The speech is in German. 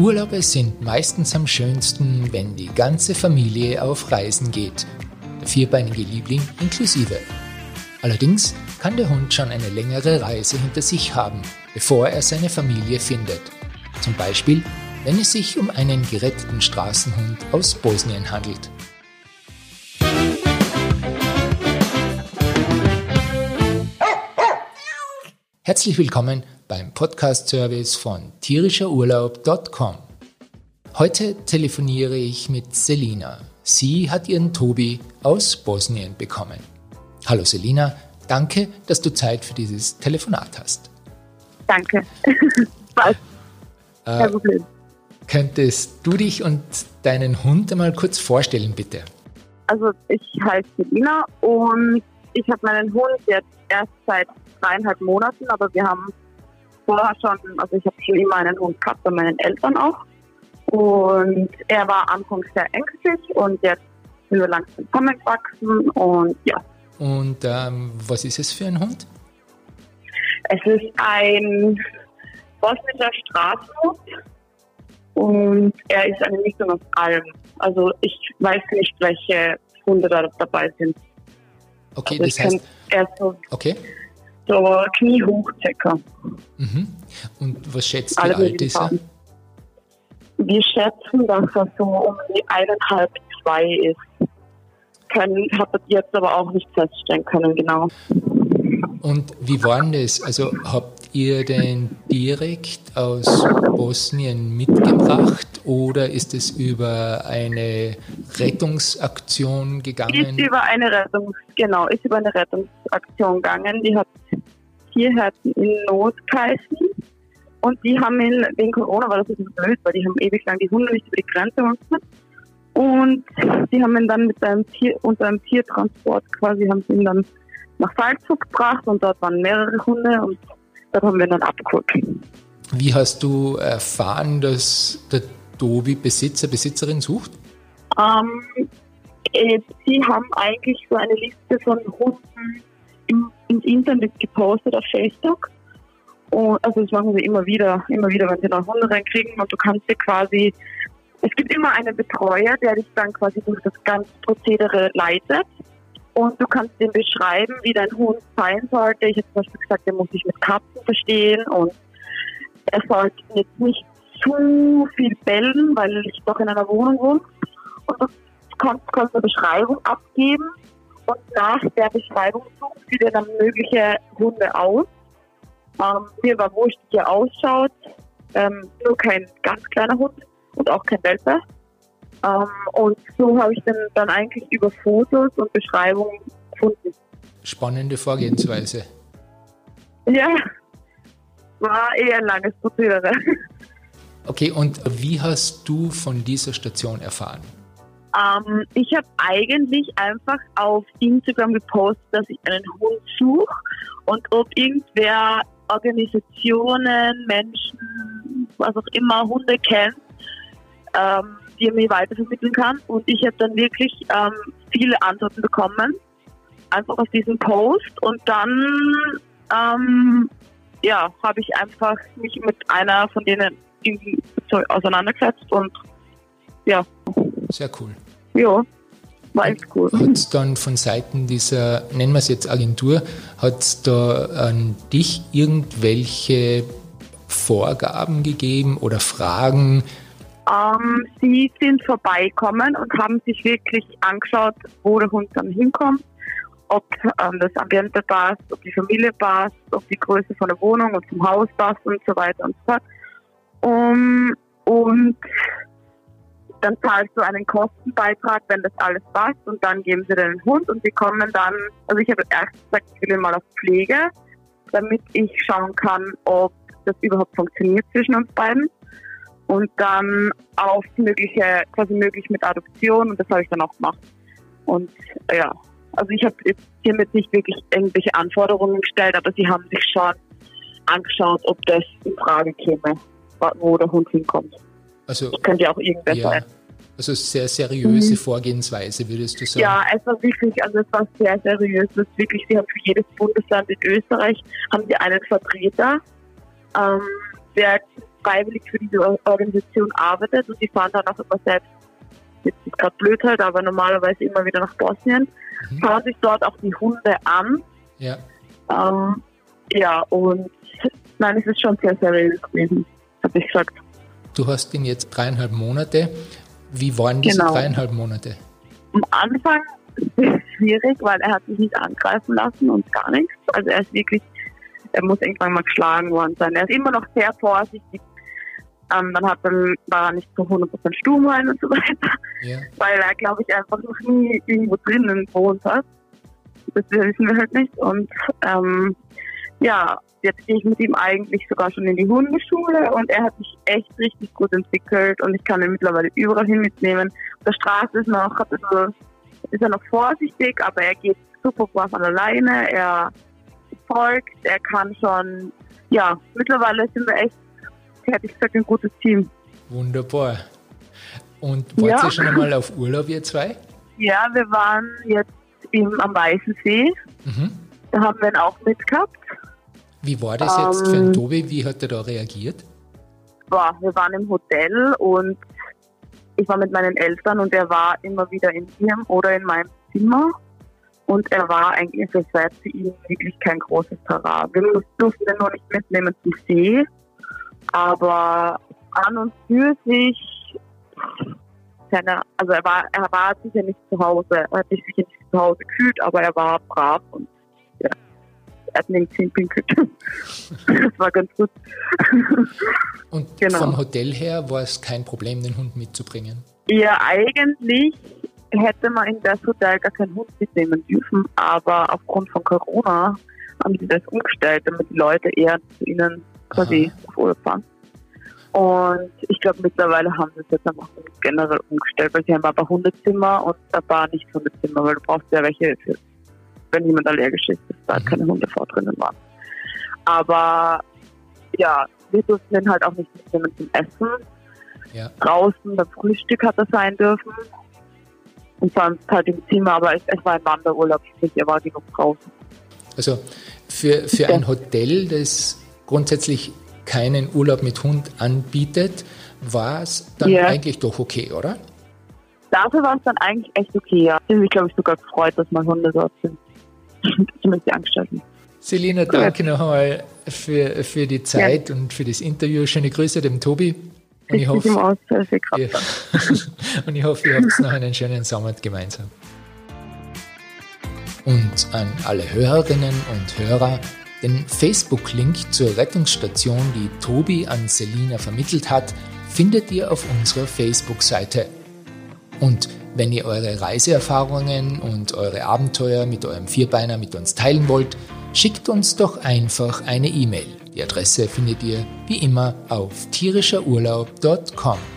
Urlaube sind meistens am schönsten, wenn die ganze Familie auf Reisen geht, der vierbeinige Liebling inklusive. Allerdings kann der Hund schon eine längere Reise hinter sich haben, bevor er seine Familie findet. Zum Beispiel, wenn es sich um einen geretteten Straßenhund aus Bosnien handelt. Herzlich willkommen beim Podcast-Service von tierischerurlaub.com. Heute telefoniere ich mit Selina. Sie hat ihren Tobi aus Bosnien bekommen. Hallo Selina, danke, dass du Zeit für dieses Telefonat hast. Danke. Kein Problem. Könntest du dich und deinen Hund einmal kurz vorstellen, bitte? Also ich heiße Selina und ich habe meinen Hund jetzt erst seit 3,5 Monaten, aber wir haben vorher schon, also ich habe schon immer einen Hund gehabt, bei meinen Eltern auch. Und er war anfangs sehr ängstlich und jetzt sind wir langsam zusammengewachsen und ja. Und was ist es für ein Hund? Es ist ein bosnischer Straßenhund und er ist eine Mischung aus allem. Also ich weiß nicht, welche Hunde da dabei sind. Okay, also das heißt... Er ist so, okay. so kniehoch circa. Mhm. Und was schätzt du, wie alt ist er? Wir schätzen, dass er so um die 1,5, 2 ist. Habe das jetzt aber auch nicht feststellen können, genau. Und wie war denn das? Also habt ihr den direkt aus Bosnien mitgebracht oder ist es über eine Rettungsaktion gegangen? Ist über eine Rettungsaktion gegangen. Die hat Tierherzen in Not geheißen. Und die haben ihn, wegen Corona war das ein bisschen blöd, weil die haben ewig lang die Hunde nicht über die Grenze gemacht. Und die haben ihn dann unter einem Tiertransport quasi, haben sie ihn dann nach Salzburg gebracht und dort waren mehrere Hunde und dort haben wir ihn dann abgeholt. Wie hast du erfahren, dass der Tobi Besitzerin sucht? Sie haben eigentlich so eine Liste von Hunden ins Internet gepostet auf Facebook. Und also das machen sie immer wieder, wenn sie neue Hunde reinkriegen und du kannst dir quasi, es gibt immer einen Betreuer, der dich dann quasi durch das ganze Prozedere leitet und du kannst ihm beschreiben, wie dein Hund sein sollte. Ich habe zum Beispiel gesagt, der muss sich mit Katzen verstehen und er sollte jetzt nicht zu viel bellen, weil ich doch in einer Wohnung wohne. Und du kannst eine Beschreibung abgeben und nach der Beschreibung sucht sie dir dann mögliche Hunde aus. Mir war wurscht, wie er ausschaut. Nur kein ganz kleiner Hund und auch kein Welpe. Und so habe ich dann eigentlich über Fotos und Beschreibungen gefunden. Spannende Vorgehensweise. Ja, war eher ein langes Prozedere. Okay, und wie hast du von dieser Station erfahren? Ich habe eigentlich einfach auf Instagram gepostet, dass ich einen Hund suche und ob irgendwer Organisationen, Menschen, was auch immer, Hunde kennt, die er mir weitervermitteln kann. Und ich habe dann wirklich viele Antworten bekommen, einfach auf diesen Post. Und dann habe ich einfach mich mit einer von denen irgendwie auseinandergesetzt und ja. Sehr cool. Ja, war echt cool. Hat es dann von Seiten dieser, nennen wir es jetzt Agentur, hat es da an dich irgendwelche Vorgaben gegeben oder Fragen? Sie sind vorbeikommen und haben sich wirklich angeschaut, wo der Hund dann hinkommt, ob das Ambiente passt, ob die Familie passt, ob die Größe von der Wohnung und vom Haus passt und so weiter und so fort. Und dann zahlst du einen Kostenbeitrag, wenn das alles passt und dann geben sie dir den Hund und sie kommen dann, also ich habe erst gesagt, ich will ihn mal auf Pflege, damit ich schauen kann, ob das überhaupt funktioniert zwischen uns beiden und dann auf möglich mit Adoption und das habe ich dann auch gemacht. Und ja, also ich habe jetzt hiermit nicht wirklich irgendwelche Anforderungen gestellt, aber sie haben sich schon angeschaut, ob das in Frage käme, wo der Hund hinkommt. Also, das könnte ja auch irgendwer sein. Also sehr seriöse Vorgehensweise, würdest du sagen? Ja, es war sehr seriös. Das ist wirklich, sie haben für jedes Bundesland in Österreich haben sie einen Vertreter, der freiwillig für diese Organisation arbeitet und die fahren dann auch immer selbst, jetzt ist gerade blöd halt, aber normalerweise immer wieder nach Bosnien, schauen sich dort auch die Hunde an. Ja. Und nein, es ist schon sehr seriös gewesen, habe ich gesagt. Du hast ihn jetzt 3,5 Monate. Wie waren diese 3,5 Monate? Am Anfang ist es schwierig, weil er hat sich nicht angreifen lassen und gar nichts. Also er muss irgendwann mal geschlagen worden sein. Er ist immer noch sehr vorsichtig. Dann war er nicht zu 100% Stuhlbein und so weiter, weil er, glaube ich, einfach noch nie irgendwo drinnen gewohnt hat. Das wissen wir halt nicht. Und jetzt gehe ich mit ihm eigentlich sogar schon in die Hundeschule und er hat sich echt richtig gut entwickelt und ich kann ihn mittlerweile überall hin mitnehmen. Auf der Straße ist er noch vorsichtig, aber er geht super brav an alleine, er folgt, er kann schon, mittlerweile sind wir echt, hätte ich gesagt, ein gutes Team. Wunderbar. Und wart ihr schon einmal auf Urlaub, ihr zwei? Ja, wir waren jetzt am Weißen See. Da haben wir ihn auch mitgehabt. Wie war das jetzt für den Tobi? Wie hat er da reagiert? Wir waren im Hotel und ich war mit meinen Eltern und er war immer wieder in ihrem oder in meinem Zimmer. Und er war eigentlich, das war für ihn wirklich kein großes Terrain. Wir durften ihn nur nicht mitnehmen zum See. Aber an und für sich, er war sicher nicht zu Hause. Er hat sich sicher nicht zu Hause gefühlt, aber er war brav und er hat nirgends hinpinkelt. Das war ganz gut. Und vom Hotel her war es kein Problem, den Hund mitzubringen? Ja, eigentlich hätte man in das Hotel gar keinen Hund mitnehmen dürfen, aber aufgrund von Corona haben sie das umgestellt, damit die Leute eher zu ihnen quasi auf Urlaub fahren. Und ich glaube, mittlerweile haben sie es jetzt einfach generell umgestellt, weil sie haben ein paar Hundezimmer und ein paar Nicht-Hundezimmer, weil du brauchst ja welche, wenn jemand allergisch ist, dass da keine Hunde vor drinnen waren. Aber wir durften den halt auch nicht mitnehmen zum Essen. Ja. Draußen beim Frühstück hat er sein dürfen. Und sonst halt im Zimmer, aber es war ein Wanderurlaub, sprich, er war genug draußen. Also für ein Hotel, das grundsätzlich keinen Urlaub mit Hund anbietet, war es dann eigentlich doch okay, oder? Dafür war es dann eigentlich echt okay, ja. Ich habe mich, glaube ich, sogar gefreut, dass mal Hunde dort sind. Zumindest die Angestellten. Selina, danke noch einmal für die Zeit und für das Interview. Schöne Grüße dem Tobi. Und ich hoffe, ihr habt noch einen schönen Sommer gemeinsam. Und an alle Hörerinnen und Hörer, den Facebook-Link zur Rettungsstation, die Tobi an Selina vermittelt hat, findet ihr auf unserer Facebook-Seite. Und wenn ihr eure Reiseerfahrungen und eure Abenteuer mit eurem Vierbeiner mit uns teilen wollt, schickt uns doch einfach eine E-Mail. Die Adresse findet ihr wie immer auf tierischerurlaub.com.